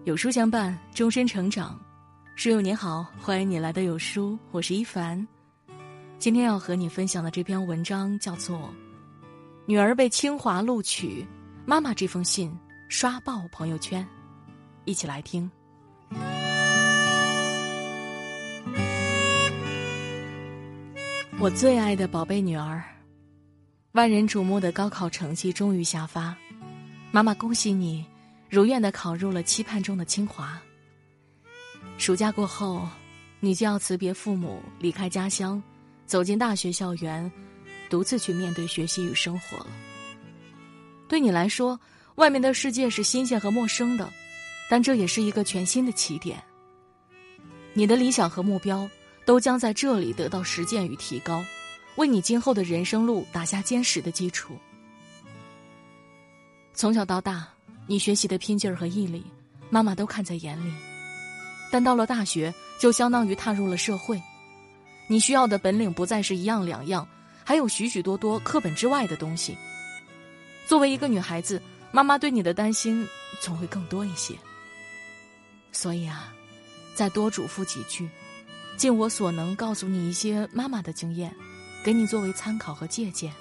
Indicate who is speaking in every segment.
Speaker 1: 有书相伴，终身成长。书友您好，欢迎你来到有书，我是一凡。今天要和你分享的这篇文章叫做《女儿被清华录取，妈妈这封信刷爆朋友圈》，一起来听。我最爱的宝贝女儿，万人瞩目的高考成绩终于下发，妈妈恭喜你如愿地考入了期盼中的清华。暑假过后，你就要辞别父母，离开家乡，走进大学校园，独自去面对学习与生活了。对你来说，外面的世界是新鲜和陌生的，但这也是一个全新的起点。你的理想和目标都将在这里得到实践与提高，为你今后的人生路打下坚实的基础。从小到大，你学习的拼劲儿和毅力，妈妈都看在眼里。但到了大学，就相当于踏入了社会，你需要的本领不再是一样两样，还有许许多多课本之外的东西。作为一个女孩子，妈妈对你的担心总会更多一些。所以啊，再多嘱咐几句，尽我所能告诉你一些妈妈的经验，给你作为参考和借鉴。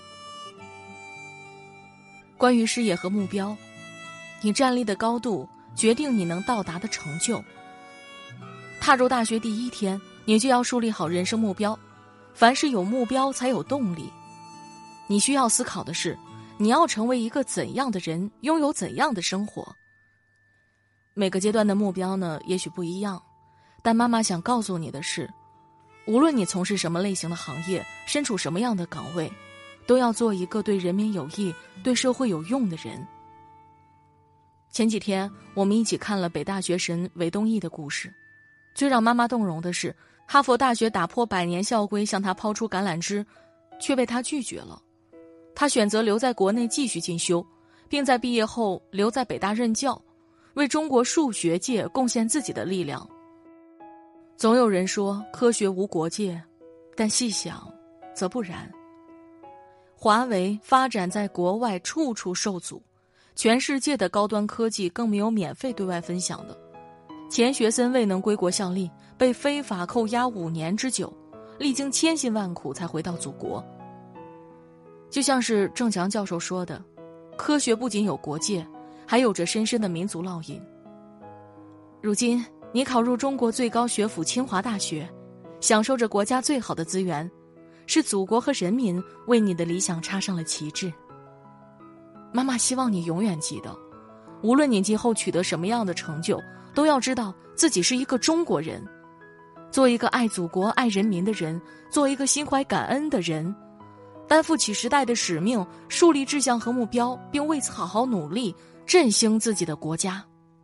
Speaker 1: 关于事业和目标，你站立的高度决定你能到达的成就。踏入大学第一天，你就要树立好人生目标。凡是有目标才有动力。你需要思考的是，你要成为一个怎样的人，拥有怎样的生活。每个阶段的目标呢，也许不一样，但妈妈想告诉你的是，无论你从事什么类型的行业，身处什么样的岗位，都要做一个对人民有益、对社会有用的人。前几天，我们一起看了北大学神韦东奕的故事。最让妈妈动容的是，哈佛大学打破100年校规向他抛出橄榄枝，却被他拒绝了。他选择留在国内继续进修，并在毕业后留在北大任教，为中国数学界贡献自己的力量。总有人说科学无国界，但细想则不然。华为发展在国外处处受阻，全世界的高端科技更没有免费对外分享的。钱学森未能归国效力，被非法扣押5年之久，历经千辛万苦才回到祖国。就像是郑强教授说的，科学不仅有国界，还有着深深的民族烙印。如今你考入中国最高学府清华大学，享受着国家最好的资源，是祖国和人民为你的理想插上了旗帜。妈妈希望你永远记得，无论你今后取得什么样的成就，都要知道自己是一个中国人，做一个爱祖国爱人民的人，做一个心怀感恩的人，担负起时代的使命，树立志向和目标，并为此好好努力，振兴自己的国家。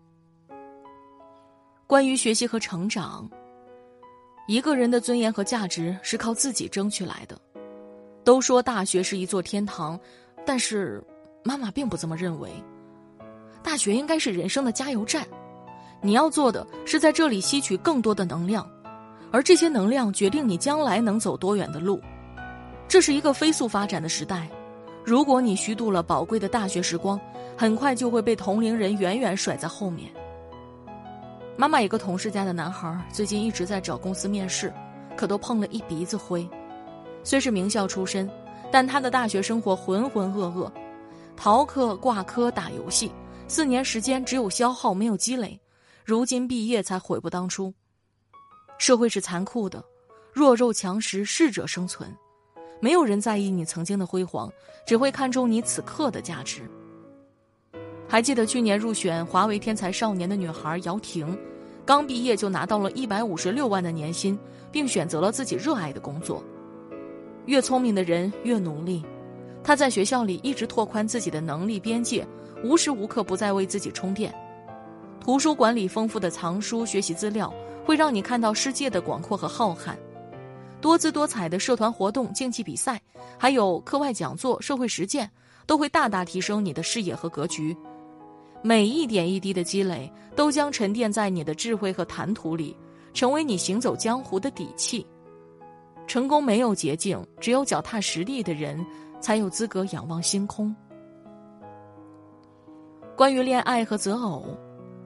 Speaker 1: 关于学习和成长，一个人的尊严和价值是靠自己争取来的。都说大学是一座天堂，但是妈妈并不这么认为。大学应该是人生的加油站，你要做的是在这里吸取更多的能量，而这些能量决定你将来能走多远的路。这是一个飞速发展的时代，如果你虚度了宝贵的大学时光，很快就会被同龄人远远甩在后面。妈妈一个同事家的男孩最近一直在找公司面试，可都碰了一鼻子灰。虽是名校出身，但他的大学生活浑浑噩噩，逃课挂科打游戏，4年时间只有消耗没有积累，如今毕业才悔不当初。社会是残酷的，弱肉强食，适者生存，没有人在意你曾经的辉煌，只会看重你此刻的价值。还记得去年入选华为天才少年的女孩姚婷，刚毕业就拿到了156万的年薪，并选择了自己热爱的工作。越聪明的人越努力，她在学校里一直拓宽自己的能力边界，无时无刻不在为自己充电。图书馆里丰富的藏书学习资料，会让你看到世界的广阔和浩瀚。多姿多彩的社团活动、竞技比赛，还有课外讲座、社会实践，都会大大提升你的视野和格局。每一点一滴的积累，都将沉淀在你的智慧和谈吐里，成为你行走江湖的底气。成功没有捷径，只有脚踏实地的人，才有资格仰望星空。关于恋爱和择偶，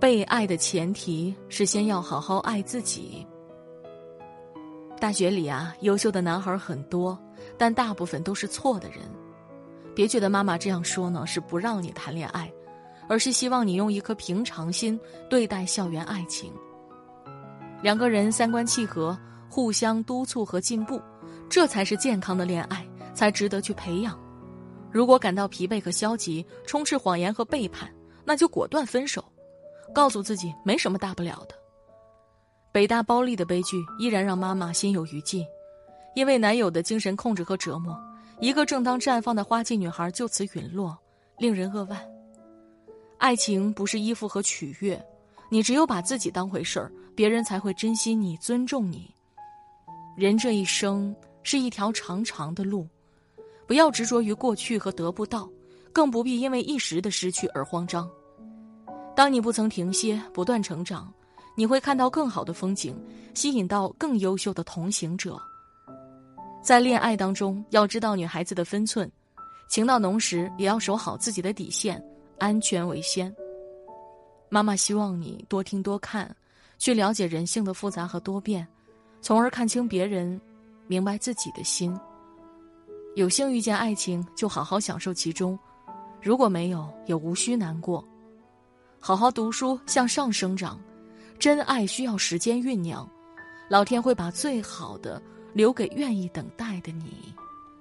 Speaker 1: 被爱的前提是先要好好爱自己。大学里啊，优秀的男孩很多，但大部分都是错的人。别觉得妈妈这样说呢，是不让你谈恋爱，而是希望你用一颗平常心对待校园爱情。两个人三观契合，互相督促和进步，这才是健康的恋爱，才值得去培养。如果感到疲惫和消极，充斥谎言和背叛，那就果断分手，告诉自己没什么大不了的。北大包丽的悲剧依然让妈妈心有余悸，因为男友的精神控制和折磨，一个正当绽放的花季女孩就此陨落，令人扼腕。爱情不是依附和取悦，你只有把自己当回事儿，别人才会珍惜你、尊重你。人这一生是一条长长的路，不要执着于过去和得不到，更不必因为一时的失去而慌张。当你不曾停歇，不断成长，你会看到更好的风景，吸引到更优秀的同行者。在恋爱当中，要知道女孩子的分寸，情到浓时也要守好自己的底线，安全为先。妈妈希望你多听多看，去了解人性的复杂和多变，从而看清别人，明白自己的心。有幸遇见爱情，就好好享受其中，如果没有，也无需难过。好好读书，向上生长，真爱需要时间酝酿，老天会把最好的留给愿意等待的你。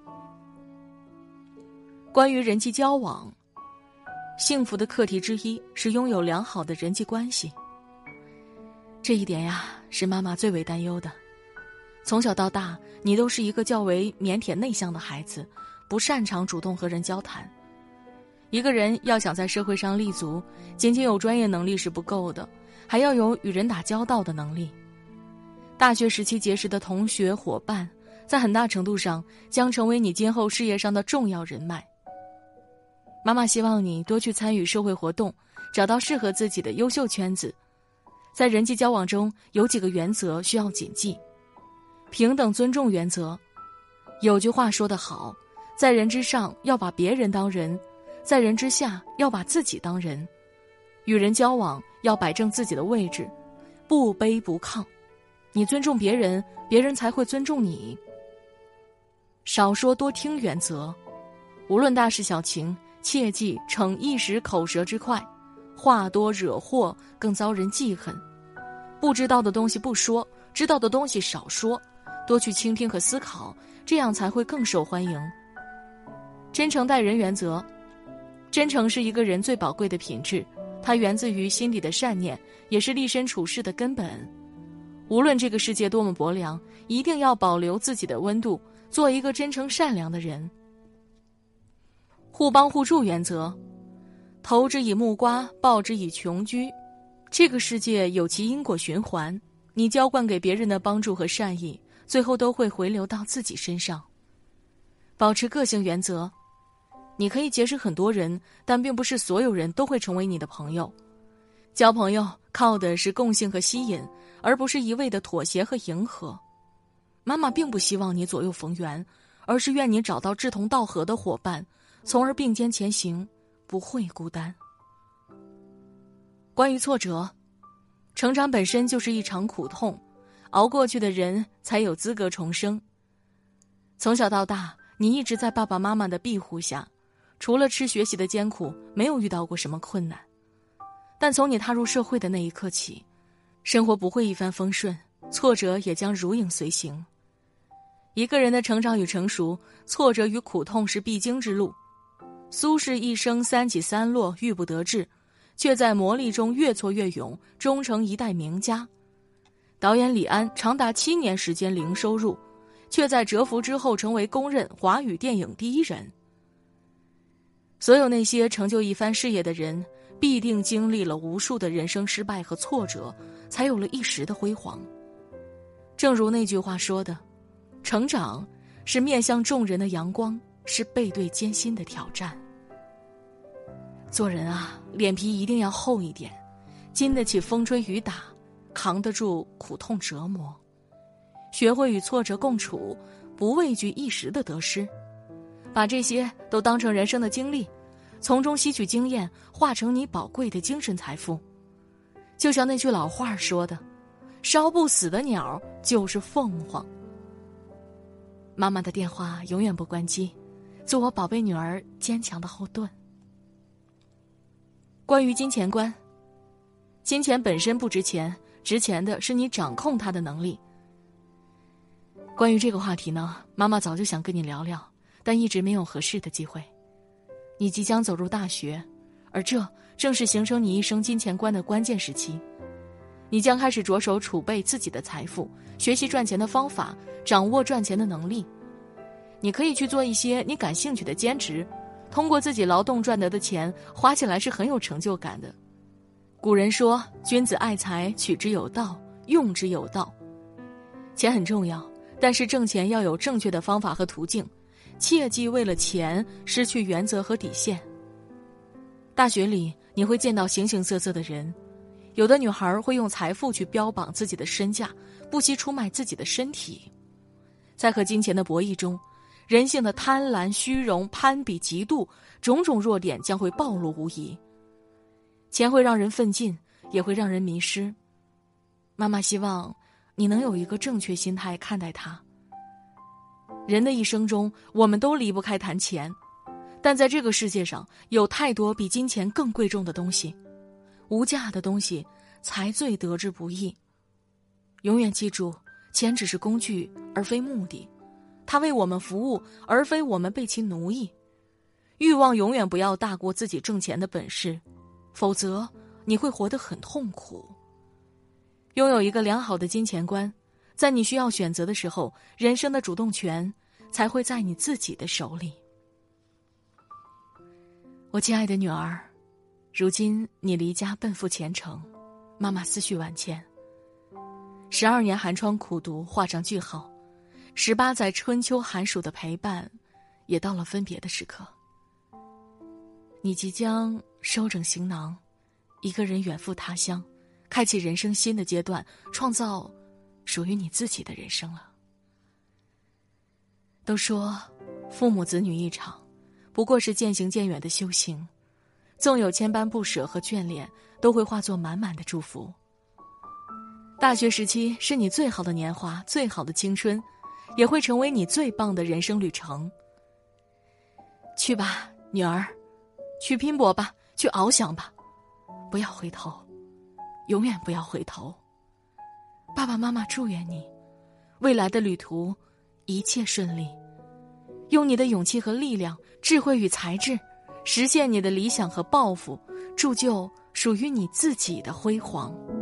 Speaker 1: 关于人际交往，幸福的课题之一是拥有良好的人际关系。这一点呀，是妈妈最为担忧的。从小到大，你都是一个较为腼腆内向的孩子，不擅长主动和人交谈。一个人要想在社会上立足，仅仅有专业能力是不够的，还要有与人打交道的能力。大学时期结识的同学伙伴，在很大程度上将成为你今后事业上的重要人脉。妈妈希望你多去参与社会活动，找到适合自己的优秀圈子。在人际交往中，有几个原则需要谨记。平等尊重原则。有句话说得好，在人之上要把别人当人，在人之下要把自己当人。与人交往要摆正自己的位置，不卑不亢。你尊重别人，别人才会尊重你。少说多听原则。无论大事小情，切忌逞一时口舌之快，话多惹祸，更遭人记恨。不知道的东西不说，知道的东西少说，多去倾听和思考，这样才会更受欢迎。真诚待人原则。真诚是一个人最宝贵的品质，它源自于心底的善念，也是立身处世的根本。无论这个世界多么薄凉，一定要保留自己的温度，做一个真诚善良的人。互帮互助原则。投之以木瓜，报之以琼琚。这个世界有其因果循环，你浇灌给别人的帮助和善意，最后都会回流到自己身上。保持个性原则。你可以结识很多人，但并不是所有人都会成为你的朋友。交朋友靠的是共性和吸引，而不是一味的妥协和迎合。妈妈并不希望你左右逢源，而是愿你找到志同道合的伙伴，从而并肩前行，不会孤单。关于挫折，成长本身就是一场苦痛，熬过去的人才有资格重生。从小到大，你一直在爸爸妈妈的庇护下，除了吃学习的艰苦，没有遇到过什么困难。但从你踏入社会的那一刻起，生活不会一帆风顺，挫折也将如影随形。一个人的成长与成熟，挫折与苦痛是必经之路。苏轼一生三起三落，郁不得志，却在磨砺中越挫越勇，终成一代名家。导演李安长达7年时间零收入，却在蛰伏之后成为公认华语电影第1人。所有那些成就一番事业的人，必定经历了无数的人生失败和挫折，才有了一时的辉煌。正如那句话说的，成长是面向众人的阳光，是背对艰辛的挑战。做人啊，脸皮一定要厚一点，经得起风吹雨打，扛得住苦痛折磨，学会与挫折共处，不畏惧一时的得失，把这些都当成人生的经历，从中吸取经验，化成你宝贵的精神财富。 就像那句老话说的，烧不死的鸟就是凤凰。妈妈的电话永远不关机，做我宝贝女儿坚强的后盾。关于金钱观，金钱本身不值钱，值钱的是你掌控它的能力。关于这个话题呢，妈妈早就想跟你聊聊，但一直没有合适的机会。你即将走入大学，而这正是形成你一生金钱观的关键时期。你将开始着手储备自己的财富，学习赚钱的方法，掌握赚钱的能力。你可以去做一些你感兴趣的兼职，通过自己劳动赚得的钱，花起来是很有成就感的。古人说，君子爱财，取之有道，用之有道。钱很重要，但是挣钱要有正确的方法和途径，切忌为了钱失去原则和底线。大学里你会见到形形色色的人，有的女孩会用财富去标榜自己的身价，不惜出卖自己的身体。在和金钱的博弈中，人性的贪婪、虚荣、攀比、嫉妒，种种弱点将会暴露无遗。钱会让人奋进，也会让人迷失。妈妈希望你能有一个正确心态看待它。人的一生中，我们都离不开谈钱，但在这个世界上，有太多比金钱更贵重的东西，无价的东西才最得之不易。永远记住，钱只是工具，而非目的。它为我们服务，而非我们被其奴役。欲望永远不要大过自己挣钱的本事，否则你会活得很痛苦。拥有一个良好的金钱观，在你需要选择的时候，人生的主动权才会在你自己的手里。我亲爱的女儿，如今你离家奔赴前程，妈妈思绪万千。12年寒窗苦读画上句号，18载春秋寒暑的陪伴，也到了分别的时刻。你即将收整行囊，一个人远赴他乡，开启人生新的阶段，创造属于你自己的人生了。都说父母子女一场，不过是渐行渐远的修行，纵有千般不舍和眷恋，都会化作满满的祝福。大学时期是你最好的年华，最好的青春，也会成为你最棒的人生旅程。去吧，女儿，去拼搏吧，去翱翔吧，不要回头，永远不要回头。爸爸妈妈祝愿你未来的旅途一切顺利，用你的勇气和力量，智慧与才智，实现你的理想和抱负，铸就属于你自己的辉煌。